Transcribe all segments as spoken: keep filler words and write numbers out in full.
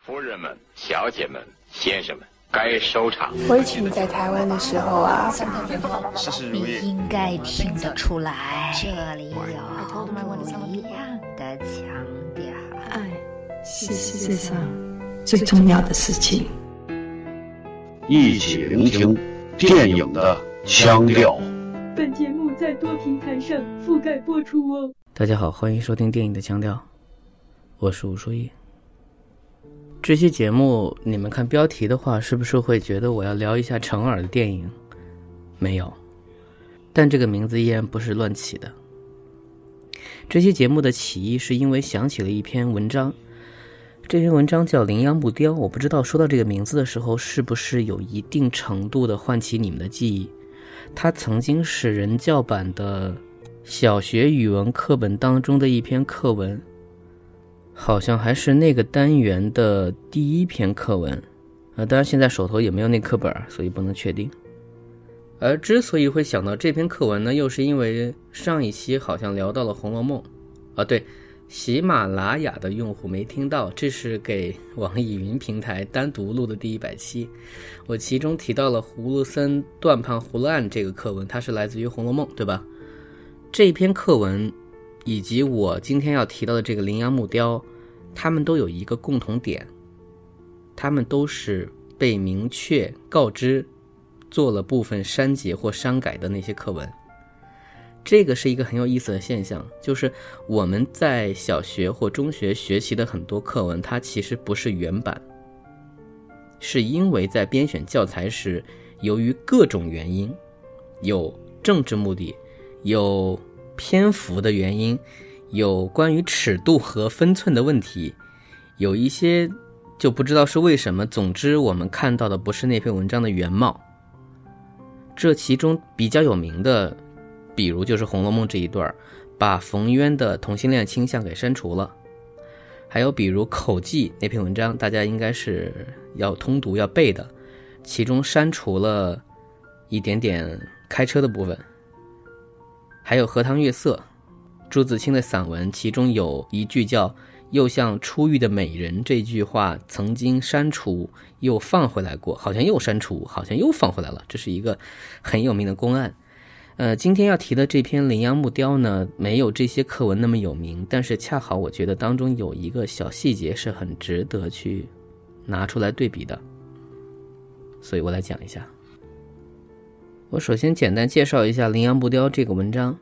夫人们、小姐们、先生们，该收场。 我以前在台湾的时候啊， 事事如意。 你应该听得出来，这里有不一样的腔调。 爱是世界上最重要的事情。 一起聆听电影的腔调。 本节目在多平台上覆盖播出哦。 大家好，欢迎收听电影的腔调，我是吴书义。这期节目你们看标题的话，是不是会觉得我要聊一下成尔的电影？没有，但这个名字依然不是乱起的。这期节目的起意是因为想起了一篇文章，这篇文章叫《羚羊木雕》，我不知道说到这个名字的时候是不是有一定程度的唤起你们的记忆。它曾经是人教版的小学语文课本当中的一篇课文，好像还是那个单元的第一篇课文，呃，当然现在手头也没有那课本，所以不能确定。而之所以会想到这篇课文呢，又是因为上一期好像聊到了《红楼梦》啊，对，喜马拉雅的用户没听到，这是给网易云平台单独录的第一百期，我其中提到了葫芦僧断判葫芦案这个课文，它是来自于《红楼梦》，对吧？这篇课文以及我今天要提到的这个羚羊木雕，他们都有一个共同点，他们都是被明确告知做了部分删节或删改的那些课文。这个是一个很有意思的现象，就是我们在小学或中学学习的很多课文，它其实不是原版，是因为在编选教材时，由于各种原因，有政治目的，有篇幅的原因，有关于尺度和分寸的问题，有一些就不知道是为什么，总之我们看到的不是那篇文章的原貌。这其中比较有名的，比如就是《红楼梦》这一段，把冯渊的同性恋倾向给删除了。还有比如《口技》那篇文章，大家应该是要通读要背的，其中删除了一点点开车的部分。还有《荷塘月色》，朱自清的散文，其中有一句叫又像出狱的美人，这句话曾经删除又放回来过，好像又删除好像又放回来了，这是一个很有名的公案。呃，今天要提的这篇《羚羊木雕》呢，没有这些课文那么有名，但是恰好我觉得当中有一个小细节是很值得去拿出来对比的，所以我来讲一下。我首先简单介绍一下《羚羊木雕》这个文章。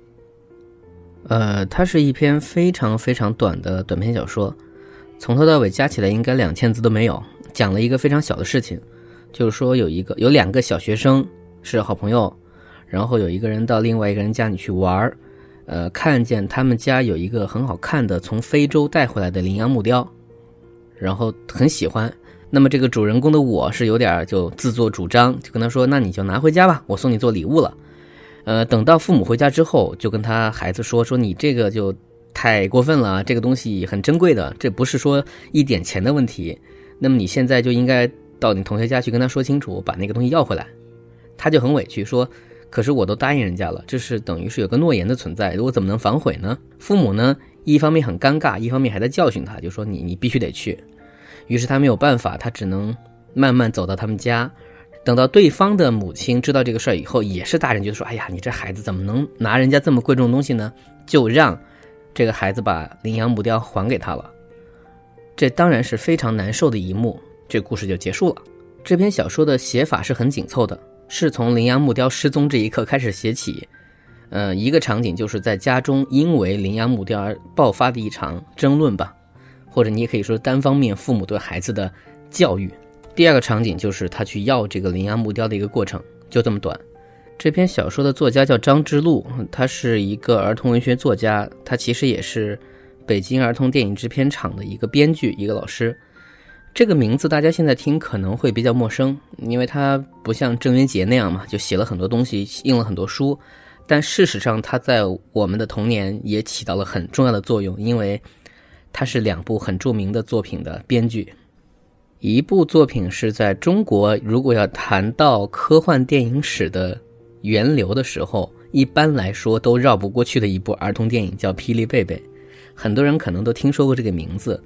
呃，它是一篇非常非常短的短篇小说，从头到尾加起来应该两千字都没有，讲了一个非常小的事情，就是说有一个有两个小学生是好朋友，然后有一个人到另外一个人家里去玩，呃，看见他们家有一个很好看的从非洲带回来的羚羊木雕，然后很喜欢。那么这个主人公的我是有点就自作主张，就跟他说，那你就拿回家吧，我送你做礼物了。呃，等到父母回家之后，就跟他孩子说，说你这个就太过分了，这个东西很珍贵的，这不是说一点钱的问题，那么你现在就应该到你同学家去跟他说清楚，把那个东西要回来。他就很委屈说，可是我都答应人家了，这是等于是有个诺言的存在，我怎么能反悔呢？父母呢，一方面很尴尬，一方面还在教训他，就说你你必须得去。于是他没有办法，他只能慢慢走到他们家。等到对方的母亲知道这个事儿以后，也是大人觉得说，哎呀，你这孩子怎么能拿人家这么贵重的东西呢？就让这个孩子把羚羊木雕还给他了。这当然是非常难受的一幕，这故事就结束了。这篇小说的写法是很紧凑的，是从羚羊木雕失踪这一刻开始写起。呃，一个场景就是在家中因为羚羊木雕而爆发的一场争论吧，或者你也可以说单方面父母对孩子的教育。第二个场景就是他去要这个羚羊木雕的一个过程，就这么短。这篇小说的作家叫张之路，他是一个儿童文学作家，他其实也是北京儿童电影制片厂的一个编剧，一个老师。这个名字大家现在听可能会比较陌生，因为他不像郑渊洁那样嘛，就写了很多东西，印了很多书，但事实上他在我们的童年也起到了很重要的作用，因为他是两部很著名的作品的编剧。一部作品是在中国如果要谈到科幻电影史的源流的时候，一般来说都绕不过去的一部儿童电影，叫《霹雳贝贝》，很多人可能都听说过这个名字。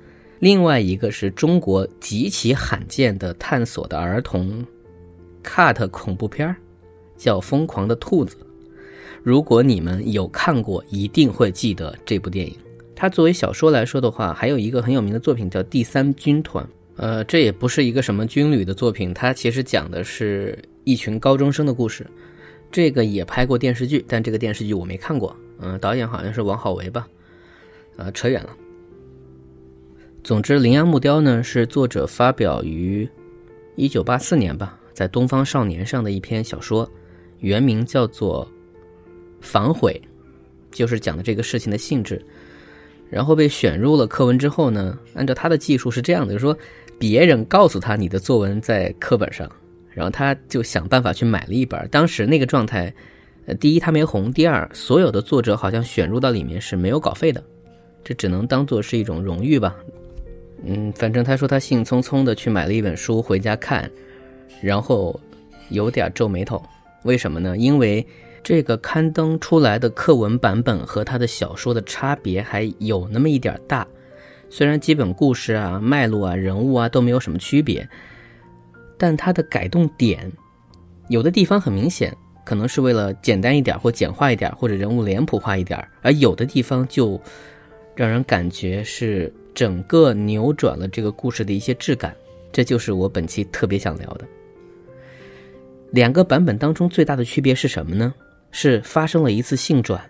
另外一个是中国极其罕见的探索的儿童 cut 恐怖片，叫《疯狂的兔子》。如果你们有看过，一定会记得这部电影。它作为小说来说的话，还有一个很有名的作品叫《第三军团》。呃，这也不是一个什么军旅的作品，它其实讲的是一群高中生的故事。这个也拍过电视剧，但这个电视剧我没看过。嗯、呃，导演好像是王好为吧。呃，扯远了。总之，《羚羊木雕》呢是作者发表于一九八四年吧，在《东方少年》上的一篇小说，原名叫做反悔，就是讲的这个事情的性质。然后被选入了课文之后呢，按照他的技术是这样的，就是说别人告诉他你的作文在课本上，然后他就想办法去买了一本。当时那个状态，呃，第一他没红，第二所有的作者好像选入到里面是没有稿费的，这只能当做是一种荣誉吧。嗯，反正他说他兴冲冲的去买了一本书回家看，然后有点皱眉头。为什么呢？因为这个刊登出来的课文版本和他的小说的差别还有那么一点大，虽然基本故事啊、脉络啊、人物啊都没有什么区别，但他的改动点有的地方很明显，可能是为了简单一点或简化一点，或者人物脸谱化一点，而有的地方就让人感觉是整个扭转了这个故事的一些质感。这就是我本期特别想聊的。两个版本当中最大的区别是什么呢？是发生了一次性转。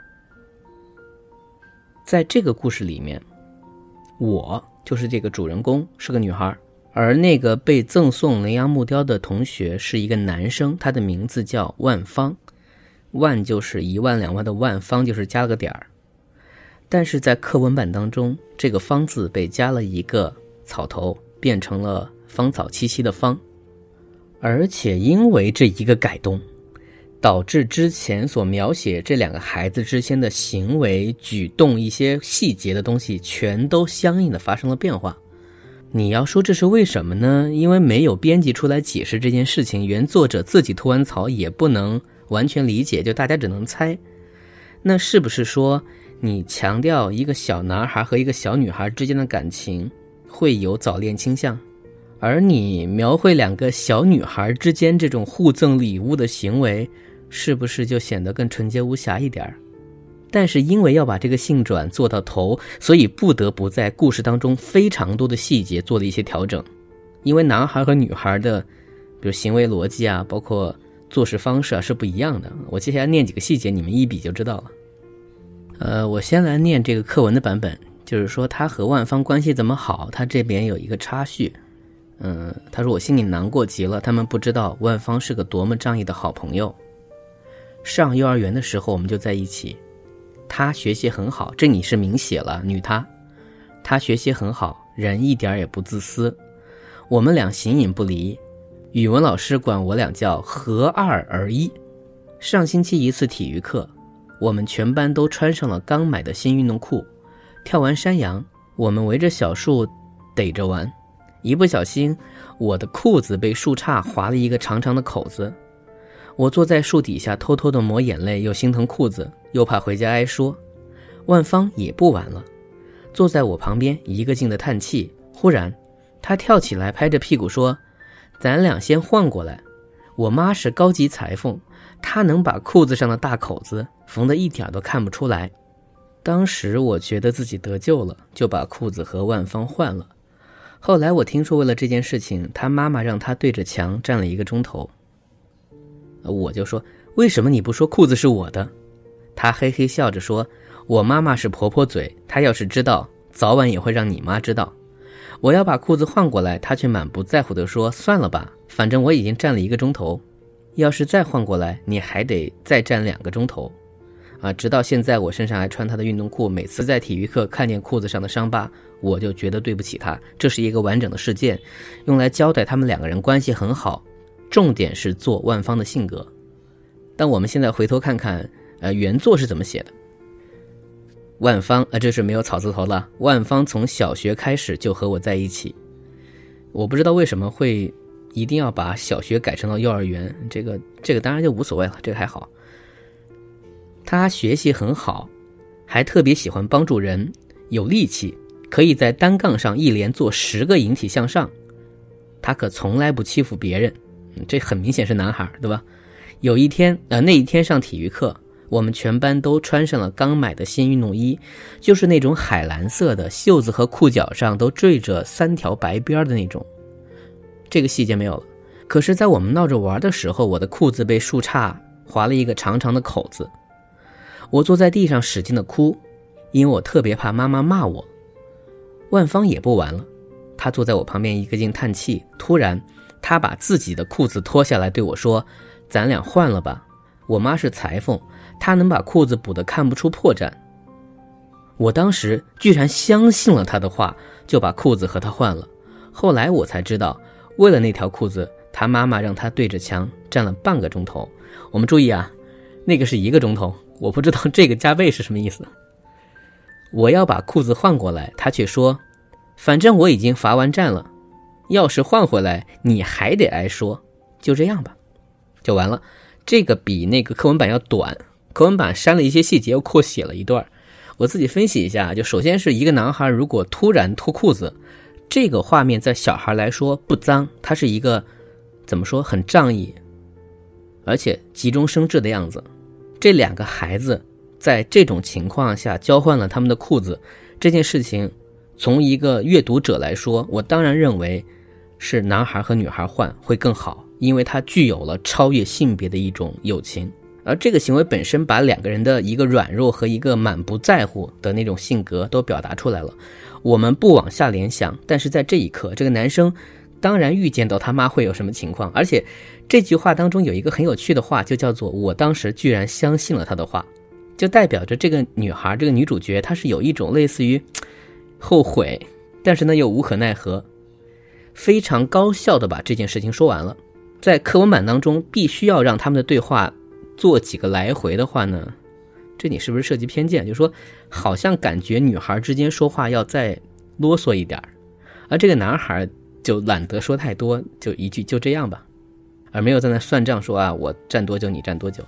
在这个故事里面，我就是这个主人公是个女孩，而那个被赠送羚羊木雕的同学是一个男生，他的名字叫万方。万就是一万两万的万，方就是加了个点儿。但是在课文版当中，这个方字被加了一个草头，变成了芳草萋萋的芳。而且因为这一个改动，导致之前所描写这两个孩子之间的行为举动一些细节的东西全都相应的发生了变化。你要说这是为什么呢？因为没有编辑出来解释这件事情，原作者自己吐完槽也不能完全理解，就大家只能猜。那是不是说你强调一个小男孩和一个小女孩之间的感情会有早恋倾向，而你描绘两个小女孩之间这种互赠礼物的行为，是不是就显得更纯洁无瑕一点？但是因为要把这个性转做到头，所以不得不在故事当中非常多的细节做了一些调整。因为男孩和女孩的比如行为逻辑啊，包括做事方式啊是不一样的。我接下来念几个细节，你们一比就知道了。呃，我先来念这个课文的版本，就是说他和万方关系怎么好，他这边有一个插叙。嗯，他说我心里难过极了，他们不知道万方是个多么仗义的好朋友。上幼儿园的时候我们就在一起，他学习很好，这你是明写了，女他。他学习很好，人一点也不自私，我们俩形影不离。语文老师管我俩叫合二而一。上星期一次体育课，我们全班都穿上了刚买的新运动裤，跳完山羊，我们围着小树逮着玩，一不小心我的裤子被树杈划了一个长长的口子，我坐在树底下偷偷地抹眼泪，又心疼裤子，又怕回家挨说。万芳也不玩了，坐在我旁边一个劲地叹气。忽然他跳起来拍着屁股说，咱俩先换过来，我妈是高级裁缝，她能把裤子上的大口子缝得一点都看不出来。当时我觉得自己得救了，就把裤子和万芳换了。后来我听说为了这件事情，他妈妈让他对着墙站了一个钟头。我就说，为什么你不说裤子是我的？他嘿嘿笑着说，我妈妈是婆婆嘴，她要是知道，早晚也会让你妈知道。我要把裤子换过来，她却满不在乎地说，算了吧，反正我已经站了一个钟头，要是再换过来，你还得再站两个钟头。啊，直到现在我身上还穿她的运动裤，每次在体育课看见裤子上的伤疤，我就觉得对不起她。这是一个完整的事件，用来交代他们两个人关系很好，重点是做万芳的性格。但我们现在回头看看，呃，原作是怎么写的。万芳，呃，这是没有草字头了。万芳从小学开始就和我在一起，我不知道为什么会一定要把小学改成了幼儿园，这个这个当然就无所谓了，这个还好。他学习很好，还特别喜欢帮助人，有力气， 可以在单杠上一连做十个引体向上，他可从来不欺负别人，这很明显是男孩，对吧？有一天呃，那一天上体育课，我们全班都穿上了刚买的新运动衣，就是那种海蓝色的，袖子和裤脚上都缀着三条白边的那种。这个细节没有了。可是在我们闹着玩的时候，我的裤子被树杈划了一个长长的口子，我坐在地上使劲的哭，因为我特别怕妈妈骂我。万芳也不玩了，她坐在我旁边一个劲叹气，突然她把自己的裤子脱下来对我说，咱俩换了吧，我妈是裁缝，她能把裤子补得看不出破绽。我当时居然相信了她的话，就把裤子和她换了。后来我才知道，为了那条裤子，她妈妈让她对着墙站了半个钟头。我们注意啊，那个是一个钟头，我不知道这个加倍是什么意思。我要把裤子换过来，她却说，反正我已经罚完站了，要是换回来你还得挨说，就这样吧，就完了。这个比那个课文版要短，课文版删了一些细节，又扩写了一段。我自己分析一下，就首先是一个男孩如果突然脱裤子，这个画面在小孩来说不脏，它是一个怎么说很仗义而且急中生智的样子。这两个孩子在这种情况下交换了他们的裤子，这件事情从一个阅读者来说，我当然认为是男孩和女孩换会更好，因为它具有了超越性别的一种友情。而这个行为本身把两个人的一个软弱和一个满不在乎的那种性格都表达出来了。我们不往下联想，但是在这一刻，这个男生当然预见到他妈会有什么情况，而且这句话当中有一个很有趣的话，就叫做我当时居然相信了他的话，就代表着这个女孩，这个女主角，她是有一种类似于后悔，但是呢又无可奈何，非常高效的把这件事情说完了。在课文版当中必须要让他们的对话做几个来回的话呢，这你是不是涉及偏见？就是说好像感觉女孩之间说话要再啰嗦一点，而这个男孩就懒得说太多，就一句就这样吧，而没有在那算账说啊我站多久你站多久。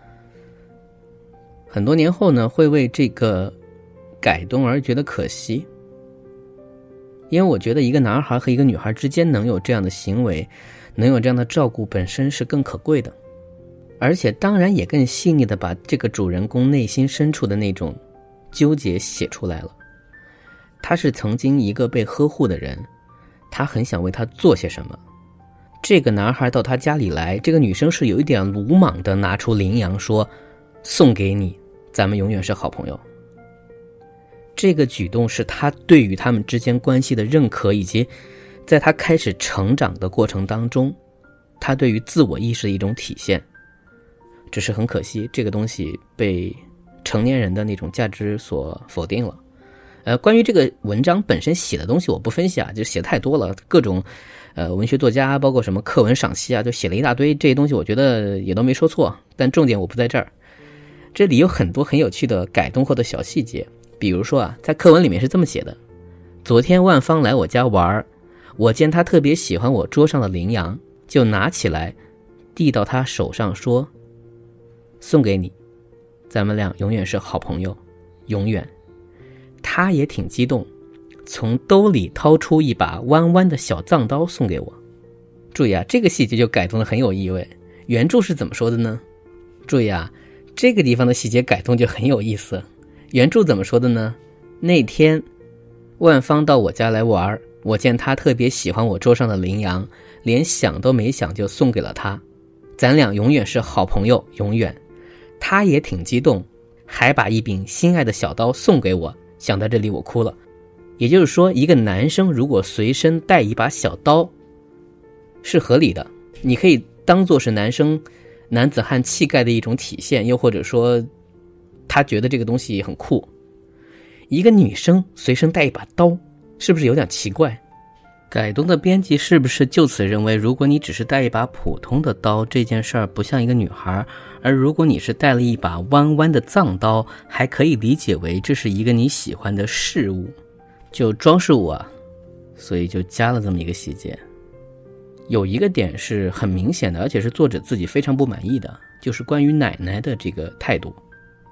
很多年后呢，会为这个改动而觉得可惜，因为我觉得一个男孩和一个女孩之间能有这样的行为，能有这样的照顾，本身是更可贵的，而且当然也更细腻的把这个主人公内心深处的那种纠结写出来了。他是曾经一个被呵护的人，他很想为他做些什么。这个男孩到他家里来，这个女生是有一点鲁莽的拿出羚羊说，送给你，咱们永远是好朋友。这个举动是他对于他们之间关系的认可，以及在他开始成长的过程当中，他对于自我意识的一种体现。只是很可惜，这个东西被成年人的那种价值所否定了。呃，关于这个文章本身写的东西我不分析啊，就写太多了，各种呃文学作家，包括什么课文赏析啊，就写了一大堆，这些东西我觉得也都没说错，但重点我不在这儿。这里有很多很有趣的改动后的小细节，比如说啊，在课文里面是这么写的：昨天万芳来我家玩，我见她特别喜欢我桌上的羚羊，就拿起来递到她手上说，送给你，咱们俩永远是好朋友，永远。他也挺激动，从兜里掏出一把弯弯的小藏刀送给我。注意啊，这个细节就改动得很有意味。原著是怎么说的呢？注意啊，这个地方的细节改动就很有意思。原著怎么说的呢？那天万芳到我家来玩，我见他特别喜欢我桌上的羚羊，连想都没想就送给了他，咱俩永远是好朋友，永远。他也挺激动，还把一柄心爱的小刀送给我。想到这里我哭了。也就是说，一个男生如果随身带一把小刀是合理的，你可以当作是男生男子汉气概的一种体现，又或者说他觉得这个东西很酷。一个女生随身带一把刀，是不是有点奇怪？改动的编辑是不是就此认为，如果你只是带一把普通的刀，这件事儿不像一个女孩，而如果你是带了一把弯弯的藏刀，还可以理解为这是一个你喜欢的事物，就装饰物啊，所以就加了这么一个细节。有一个点是很明显的，而且是作者自己非常不满意的，就是关于奶奶的这个态度。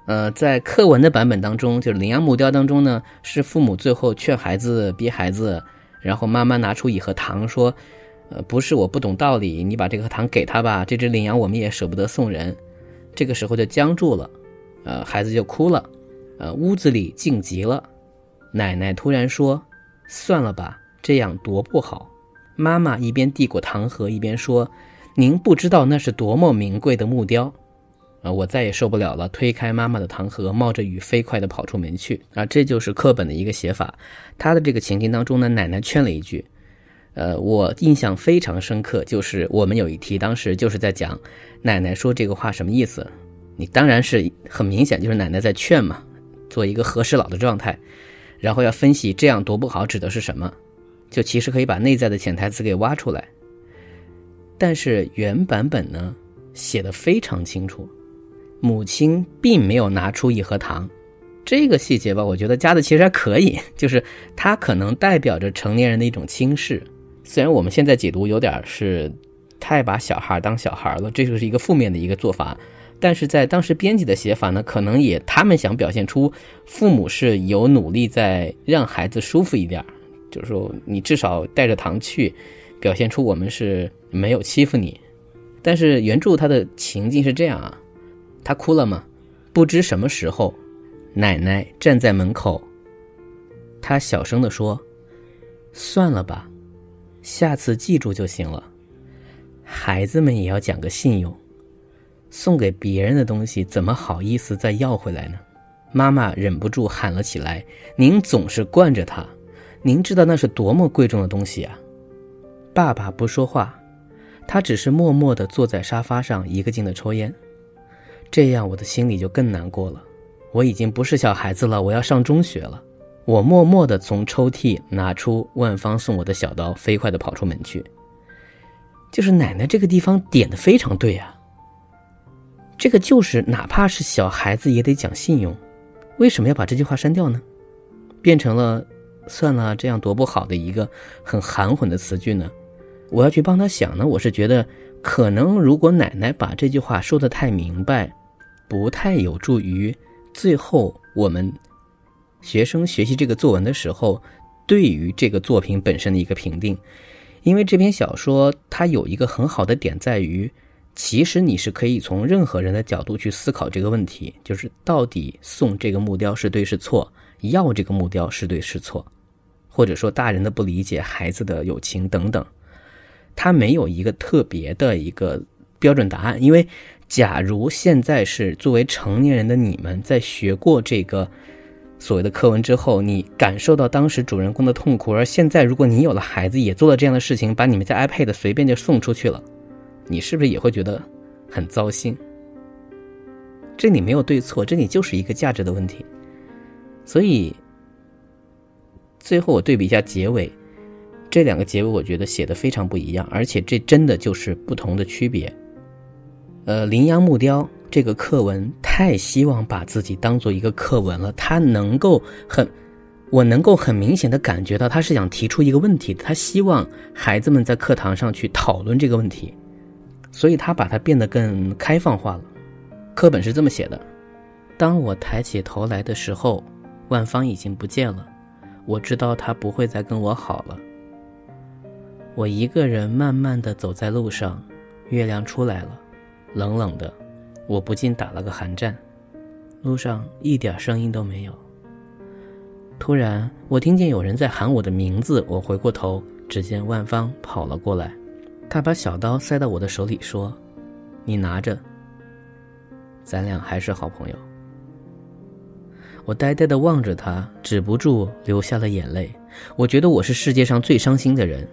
呃，在课文的版本当中，就是羚羊木雕当中呢，是父母最后劝孩子逼孩子，然后妈妈拿出一盒糖说，呃，不是我不懂道理，你把这个糖给他吧，这只羚羊我们也舍不得送人。这个时候就僵住了，呃，孩子就哭了，呃，屋子里静极了。奶奶突然说，算了吧，这样多不好。妈妈一边递过糖盒一边说，您不知道那是多么名贵的木雕。啊，我再也受不了了，推开妈妈的糖盒，冒着雨飞快地跑出门去。啊，这就是课本的一个写法。他的这个情境当中呢，奶奶劝了一句，呃，我印象非常深刻，就是我们有一题当时就是在讲奶奶说这个话什么意思。你当然是很明显就是奶奶在劝嘛，做一个和事佬的状态，然后要分析这样多不好指的是什么，就其实可以把内在的潜台词给挖出来。但是原版本呢写得非常清楚，母亲并没有拿出一盒糖。这个细节吧，我觉得加的其实还可以，就是它可能代表着成年人的一种轻视。虽然我们现在解读有点是太把小孩当小孩了，这就是一个负面的一个做法，但是在当时编辑的写法呢，可能也他们想表现出父母是有努力在让孩子舒服一点，就是说你至少带着糖去，表现出我们是没有欺负你。但是原著它的情境是这样啊，他哭了吗？不知什么时候，奶奶站在门口，她小声地说，算了吧，下次记住就行了。孩子们也要讲个信用，送给别人的东西怎么好意思再要回来呢？妈妈忍不住喊了起来，您总是惯着他，您知道那是多么贵重的东西啊。爸爸不说话，他只是默默地坐在沙发上一个劲地抽烟。这样我的心里就更难过了，我已经不是小孩子了，我要上中学了。我默默地从抽屉拿出万芳送我的小刀，飞快地跑出门去。就是奶奶这个地方点得非常对啊，这个就是哪怕是小孩子也得讲信用，为什么要把这句话删掉呢？变成了算了这样多不好的一个很含混的词句呢？我要去帮他想呢，我是觉得可能如果奶奶把这句话说得太明白，不太有助于最后我们学生学习这个作文的时候对于这个作品本身的一个评定。因为这篇小说它有一个很好的点在于，其实你是可以从任何人的角度去思考这个问题，就是到底送这个木雕是对是错，要这个木雕是对是错，或者说大人的不理解，孩子的友情等等，它没有一个特别的一个标准答案。因为假如现在是作为成年人的你们在学过这个所谓的课文之后，你感受到当时主人公的痛苦，而现在如果你有了孩子也做了这样的事情，把你们家 iPad 随便就送出去了，你是不是也会觉得很糟心？这里没有对错，这里就是一个价值的问题。所以最后我对比一下结尾，这两个结尾我觉得写得非常不一样，而且这真的就是不同的区别。呃，羚羊木雕这个课文太希望把自己当做一个课文了，他能够很我能够很明显的感觉到他是想提出一个问题的，他希望孩子们在课堂上去讨论这个问题，所以他把它变得更开放化了。课本是这么写的，当我抬起头来的时候，万芳已经不见了，我知道她不会再跟我好了。我一个人慢慢地走在路上，月亮出来了，冷冷的，我不禁打了个寒战。路上一点声音都没有。突然我听见有人在喊我的名字，我回过头，只见万芳跑了过来，她把小刀塞到我的手里说，你拿着，咱俩还是好朋友。我呆呆地望着她，止不住流下了眼泪。我觉得我是世界上最伤心的人，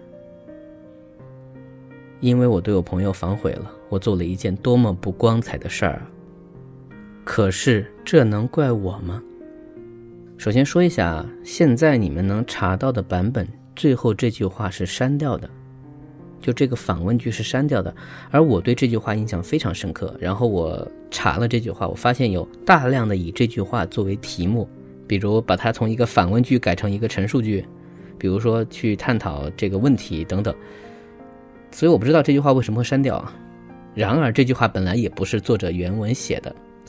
因为我对我朋友反悔了，我做了一件多么不光彩的事儿啊！可是这能怪我吗？首先说一下，现在你们能查到的版本，最后这句话是删掉的，就这个反问句是删掉的，而我对这句话印象非常深刻。然后我查了这句话，我发现有大量的以这句话作为题目，比如把它从一个反问句改成一个陈述句，比如说去探讨这个问题等等。所以我不知道这句话为什么会删掉啊。然而这句话本来也不是作者原文写的，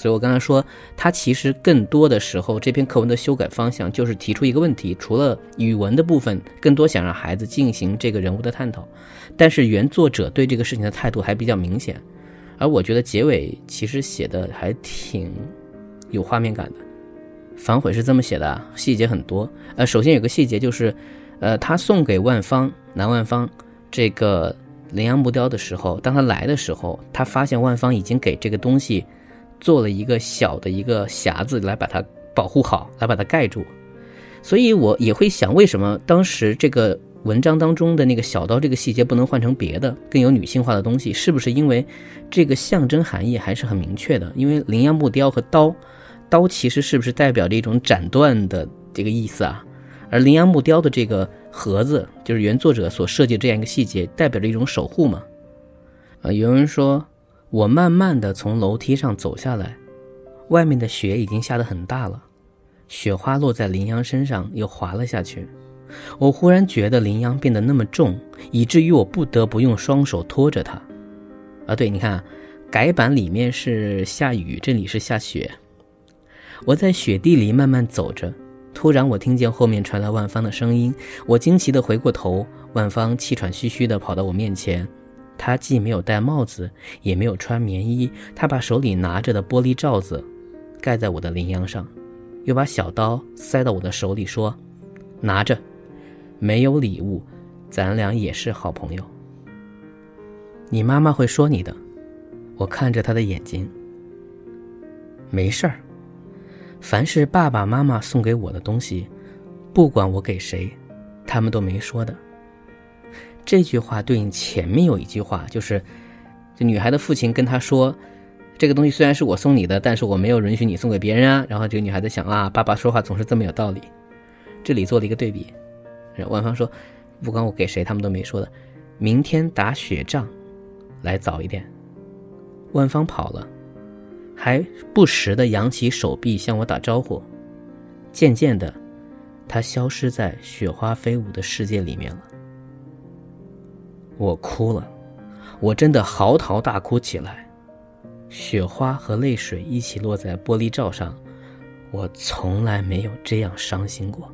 所以我刚才说，它其实更多的时候，这篇课文的修改方向就是提出一个问题，除了语文的部分，更多想让孩子进行这个人物的探讨，但是原作者对这个事情的态度还比较明显。而我觉得结尾其实写的还挺有画面感的。反悔是这么写的啊，细节很多。呃，首先有个细节就是，呃，他送给万芳南万芳这个羚羊木雕的时候，当他来的时候，他发现万芳已经给这个东西做了一个小的一个匣子来把它保护好，来把它盖住。所以我也会想，为什么当时这个文章当中的那个小刀这个细节不能换成别的更有女性化的东西？是不是因为这个象征含义还是很明确的？因为羚羊木雕和刀，刀其实是不是代表着一种斩断的这个意思啊？而羚羊木雕的这个盒子，就是原作者所设计这样一个细节，代表着一种守护嘛。呃，有人说，我慢慢的从楼梯上走下来，外面的雪已经下得很大了，雪花落在羚羊身上又滑了下去。我忽然觉得羚羊变得那么重，以至于我不得不用双手拖着它。啊，对，你看，改版里面是下雨，这里是下雪。我在雪地里慢慢走着，突然我听见后面传来万芳的声音，我惊奇地回过头，万芳气喘吁吁地跑到我面前，她既没有戴帽子，也没有穿棉衣，她把手里拿着的玻璃罩子盖在我的羚羊上，又把小刀塞到我的手里说，拿着，没有礼物，咱俩也是好朋友。你妈妈会说你的。我看着她的眼睛，没事儿，凡是爸爸妈妈送给我的东西，不管我给谁，他们都没说的。这句话对应前面有一句话，就是这女孩的父亲跟她说，这个东西虽然是我送你的，但是我没有允许你送给别人啊。然后这个女孩子想啊，爸爸说话总是这么有道理。这里做了一个对比，万芳说，不管我给谁，他们都没说的。明天打雪仗，来早一点。万芳跑了，还不时地扬起手臂向我打招呼。渐渐的，她消失在雪花飞舞的世界里面了。我哭了，我真的嚎啕大哭起来。雪花和泪水一起落在玻璃罩上，我从来没有这样伤心过。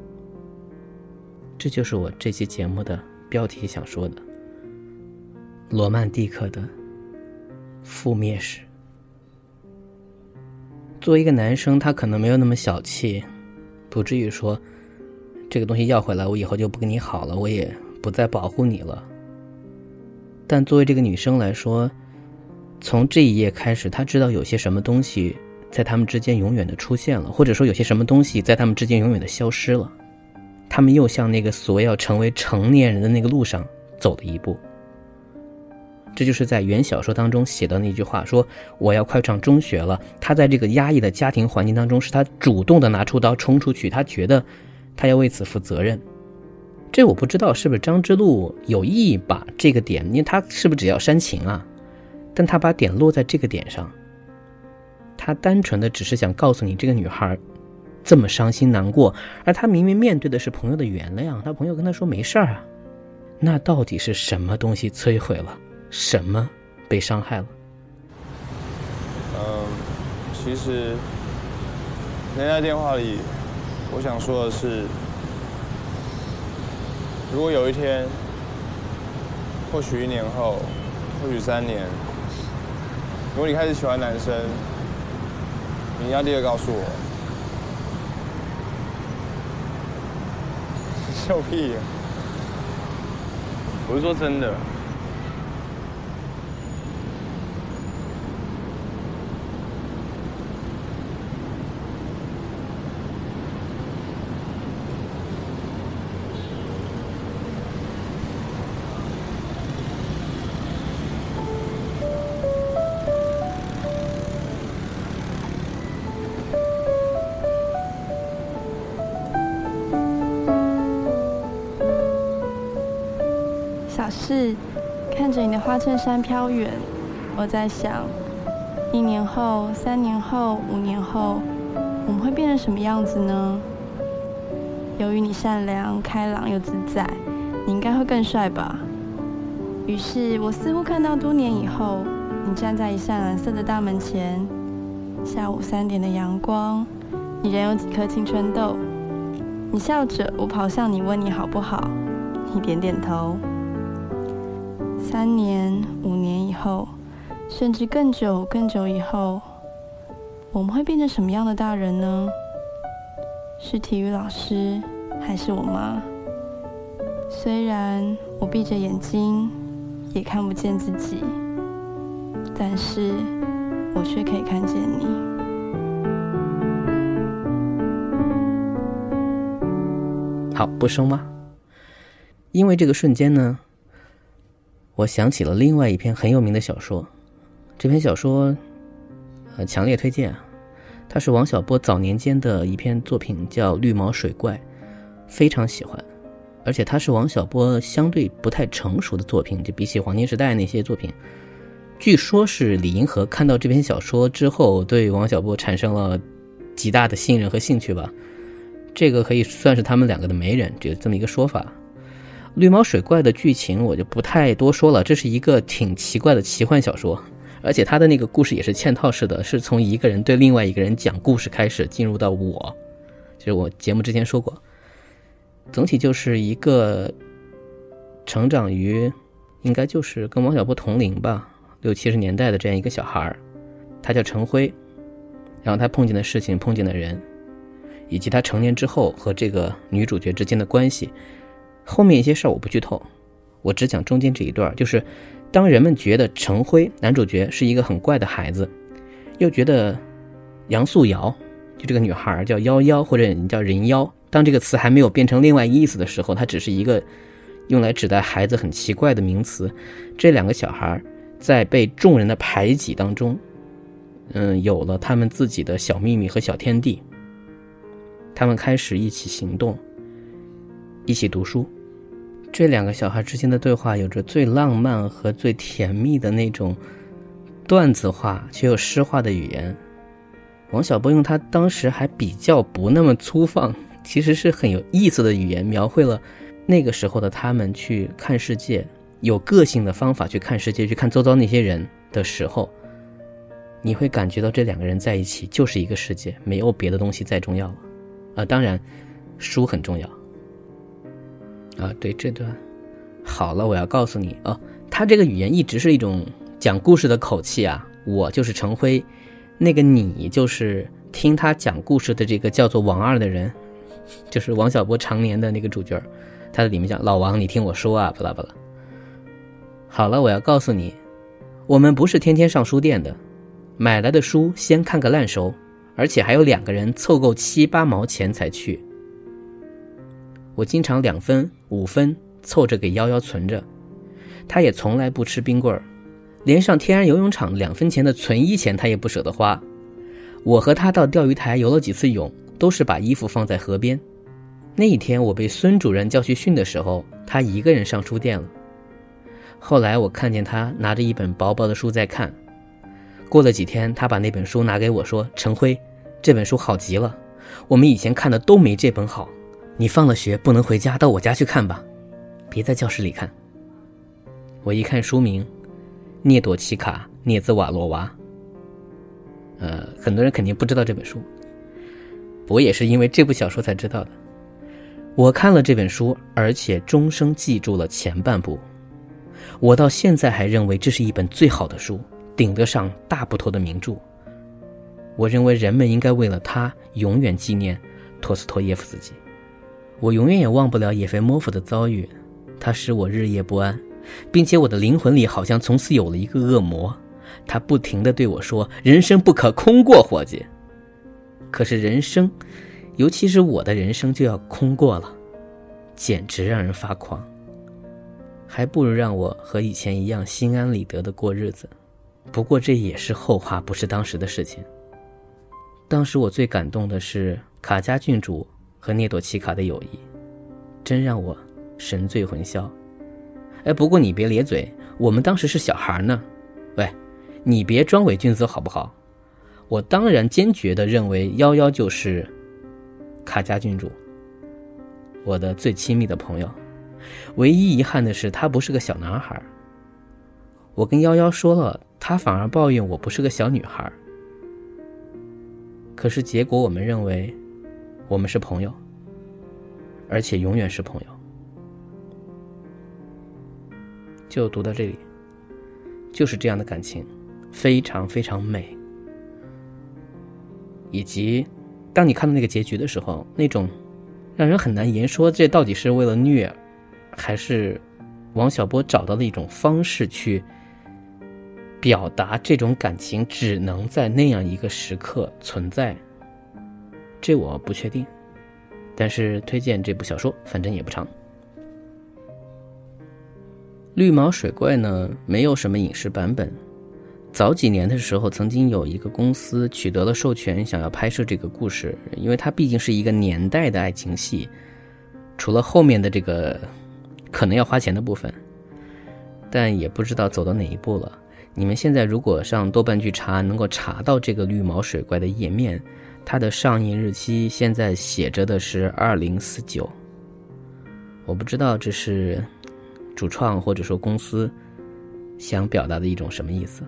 这就是我这期节目的标题想说的，罗曼蒂克的覆灭史。作为一个男生，他可能没有那么小气，不至于说这个东西要回来，我以后就不跟你好了，我也不再保护你了。但作为这个女生来说，从这一页开始，她知道有些什么东西在他们之间永远的出现了，或者说有些什么东西在他们之间永远的消失了。他们又向那个所谓要成为成年人的那个路上走了一步。这就是在原小说当中写的那句话，说我要快上中学了。他在这个压抑的家庭环境当中，是他主动的拿出刀冲出去，他觉得他要为此负责任。这我不知道是不是张之路有意把这个点，因为他是不是只要煽情啊？但他把点落在这个点上，他单纯的只是想告诉你这个女孩这么伤心难过，而他明明面对的是朋友的原谅，他朋友跟他说没事儿啊。那到底是什么东西摧毁了，什么被伤害了？ 嗯，其实那在电话里我想说的是，如果有一天，或许一年后，或许三年，如果你开始喜欢男生，你一定要立刻告诉我。笑屁啊！我是说真的。 小事，看着你的花衬衫飘远，我在想，一年后、三年后、五年后，我们会变成什么样子呢？由于你善良、开朗又自在，你应该会更帅吧。于是我似乎看到多年以后，你站在一扇蓝色的大门前， 下午三点的阳光，你仍有几颗青春痘。你笑着，我跑向你问你好不好，你点点头。三年、五年以后，甚至更久更久以后，我们会变成什么样的大人呢？是体育老师，还是我妈？虽然我闭着眼睛，也看不见自己，但是我却可以看见你。 好，不收吗？因为这个瞬间呢，我想起了另外一篇很有名的小说。这篇小说呃，强烈推荐啊！它是王小波早年间的一篇作品，叫《绿毛水怪》，非常喜欢。而且它是王小波相对不太成熟的作品，就比起黄金时代那些作品。据说是李银河看到这篇小说之后，对王小波产生了极大的信任和兴趣吧。这个可以算是他们两个的媒人，只有这么一个说法。绿毛水怪的剧情我就不太多说了，这是一个挺奇怪的奇幻小说，而且他的那个故事也是嵌套式的，是从一个人对另外一个人讲故事开始，进入到我，就是我节目之前说过。总体就是一个成长于应该就是跟王小波同龄吧，六七十年代的这样一个小孩，他叫陈辉，然后他碰见的事情碰见的人，以及他成年之后和这个女主角之间的关系。后面一些事儿我不剧透，我只讲中间这一段，就是当人们觉得陈辉男主角是一个很怪的孩子，又觉得杨素瑶就这个女孩叫夭夭，或者你叫人妖，当这个词还没有变成另外意思的时候，它只是一个用来指代孩子很奇怪的名词。这两个小孩在被众人的排挤当中，嗯，有了他们自己的小秘密和小天地。他们开始一起行动，一起读书。这两个小孩之间的对话有着最浪漫和最甜蜜的那种段子化却又诗化的语言。王小波用他当时还比较不那么粗放，其实是很有意思的语言，描绘了那个时候的他们去看世界，有个性的方法去看世界，去看周遭那些人的时候，你会感觉到这两个人在一起就是一个世界，没有别的东西再重要了。啊，当然书很重要啊。对，这段好了，我要告诉你哦，他这个语言一直是一种讲故事的口气啊。我就是陈辉，那个你就是听他讲故事的这个叫做王二的人，就是王小波常年的那个主角。他在里面讲，老王你听我说啊，巴拉巴拉。好了，我要告诉你，我们不是天天上书店的，买来的书先看个烂熟，而且还有两个人凑够七八毛钱才去。我经常两分五分凑着给夭夭存着，他也从来不吃冰棍儿，连上天然游泳场两分钱的存衣钱他也不舍得花。我和他到钓鱼台游了几次泳，都是把衣服放在河边。那一天我被孙主任叫去训的时候，他一个人上书店了。后来我看见他拿着一本薄薄的书在看，过了几天他把那本书拿给我说，陈辉，这本书好极了，我们以前看的都没这本好，你放了学不能回家，到我家去看吧，别在教室里看。我一看书名，涅朵奇卡涅兹瓦罗娃，呃，很多人肯定不知道这本书，我也是因为这部小说才知道的。我看了这本书，而且终生记住了前半部，我到现在还认为这是一本最好的书，顶得上大部头的名著。我认为人们应该为了它永远纪念托斯托耶夫斯基。我永远也忘不了叶菲莫夫的遭遇，他使我日夜不安，并且我的灵魂里好像从此有了一个恶魔，他不停地对我说，人生不可空过，伙计。可是人生，尤其是我的人生就要空过了，简直让人发狂。还不如让我和以前一样心安理得地过日子。不过这也是后话，不是当时的事情。当时我最感动的是卡加郡主和涅朵奇卡的友谊，真让我神醉魂消。哎，不过你别咧嘴，我们当时是小孩呢。喂，你别装伪君子好不好？我当然坚决地认为夭夭就是卡加郡主，我的最亲密的朋友。唯一遗憾的是他不是个小男孩，我跟夭夭说了，他反而抱怨我不是个小女孩。 可是结果我们认为我们是朋友，而且永远是朋友。就读到这里，就是这样的感情，非常非常美。以及当你看到那个结局的时候，那种让人很难言说这到底是为了虐，还是王小波找到了一种方式去表达这种感情只能在那样一个时刻存在，这我不确定。但是推荐这部小说，反正也不长。绿毛水怪呢，没有什么影视版本。早几年的时候，曾经有一个公司取得了授权，想要拍摄这个故事，因为它毕竟是一个年代的爱情戏，除了后面的这个可能要花钱的部分，但也不知道走到哪一步了。你们现在如果上豆瓣去查，能够查到这个绿毛水怪的页面，它的上映日期现在写着的是二零四九。我不知道这是主创或者说公司想表达的一种什么意思。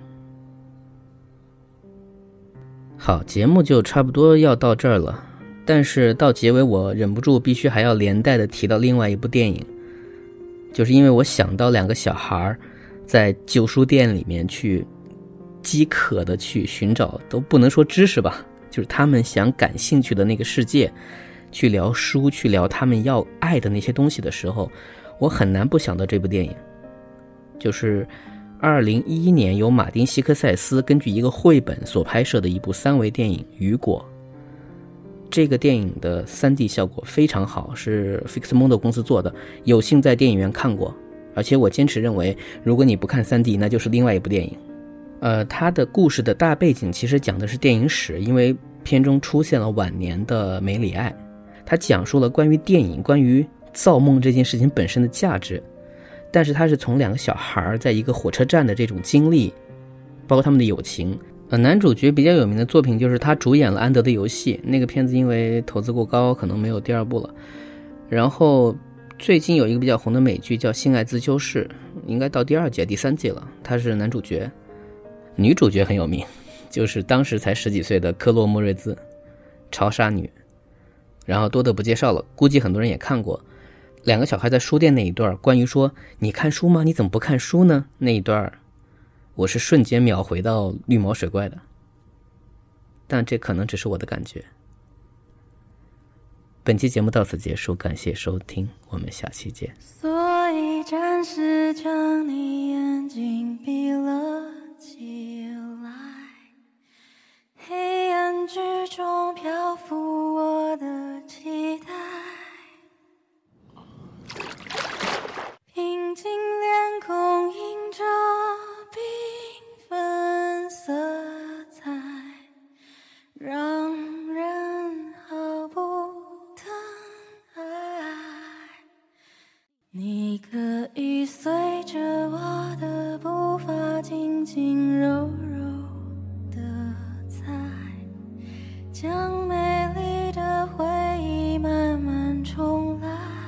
好，节目就差不多要到这儿了，但是到结尾我忍不住必须还要连带的提到另外一部电影，就是因为我想到两个小孩在旧书店里面去饥渴的去寻找，都不能说知识吧，就是他们想感兴趣的那个世界，去聊书，去聊他们要爱的那些东西的时候，我很难不想到这部电影，就是二零一一年由马丁·希克塞斯根据一个绘本所拍摄的一部三维电影《雨果》。这个电影的 三 D 效果非常好，是 Fixmondo 公司做的，有幸在电影院看过，而且我坚持认为，如果你不看 三 D， 那就是另外一部电影。呃，它的故事的大背景其实讲的是电影史，因为片中出现了晚年的梅里爱，它讲述了关于电影、关于造梦这件事情本身的价值，但是它是从两个小孩在一个火车站的这种经历，包括他们的友情。呃，男主角比较有名的作品就是他主演了《安德的游戏》，那个片子因为投资过高，可能没有第二部了。然后最近有一个比较红的美剧叫《性爱自修室》，应该到第二季、第三季了，他是男主角。女主角很有名，就是当时才十几岁的科洛莫瑞兹，潮杀女。然后多的不介绍了，估计很多人也看过。两个小孩在书店那一段，关于说你看书吗？你怎么不看书呢？那一段我是瞬间秒回到绿毛水怪的，但这可能只是我的感觉。本期节目到此结束，感谢收听，我们下期见。 所以暂时将你眼睛闭了起来，黑暗之中漂浮我的期待，平静脸孔映着缤纷色彩，让人毫不疼爱。你可以随着我的步伐轻轻柔柔的踩，将美丽的回忆慢慢重来。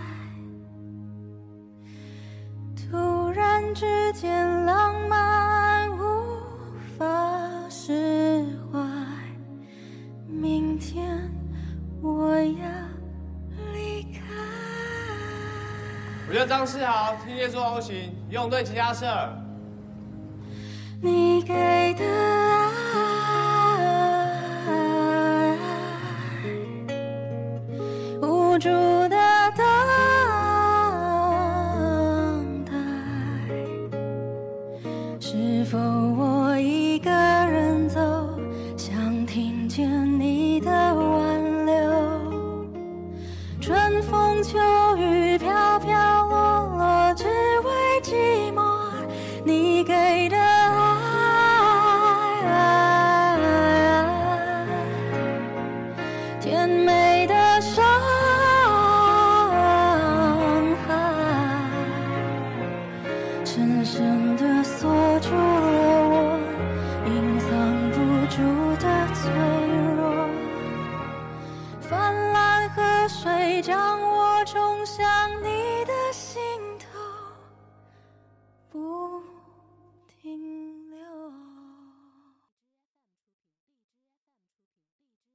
突然之间浪漫无法释怀，明天我要离开。 我叫张世豪，天蝎座 O 型，游泳队吉他社。 你给的爱，无助的等待，是否我一个人走，想听见你的挽留，春风秋雨飘飘落落，只为寂寞。你给的爱，甜美的伤害，深深地锁住了我隐藏不住的脆弱，泛滥河水将我冲向你的心。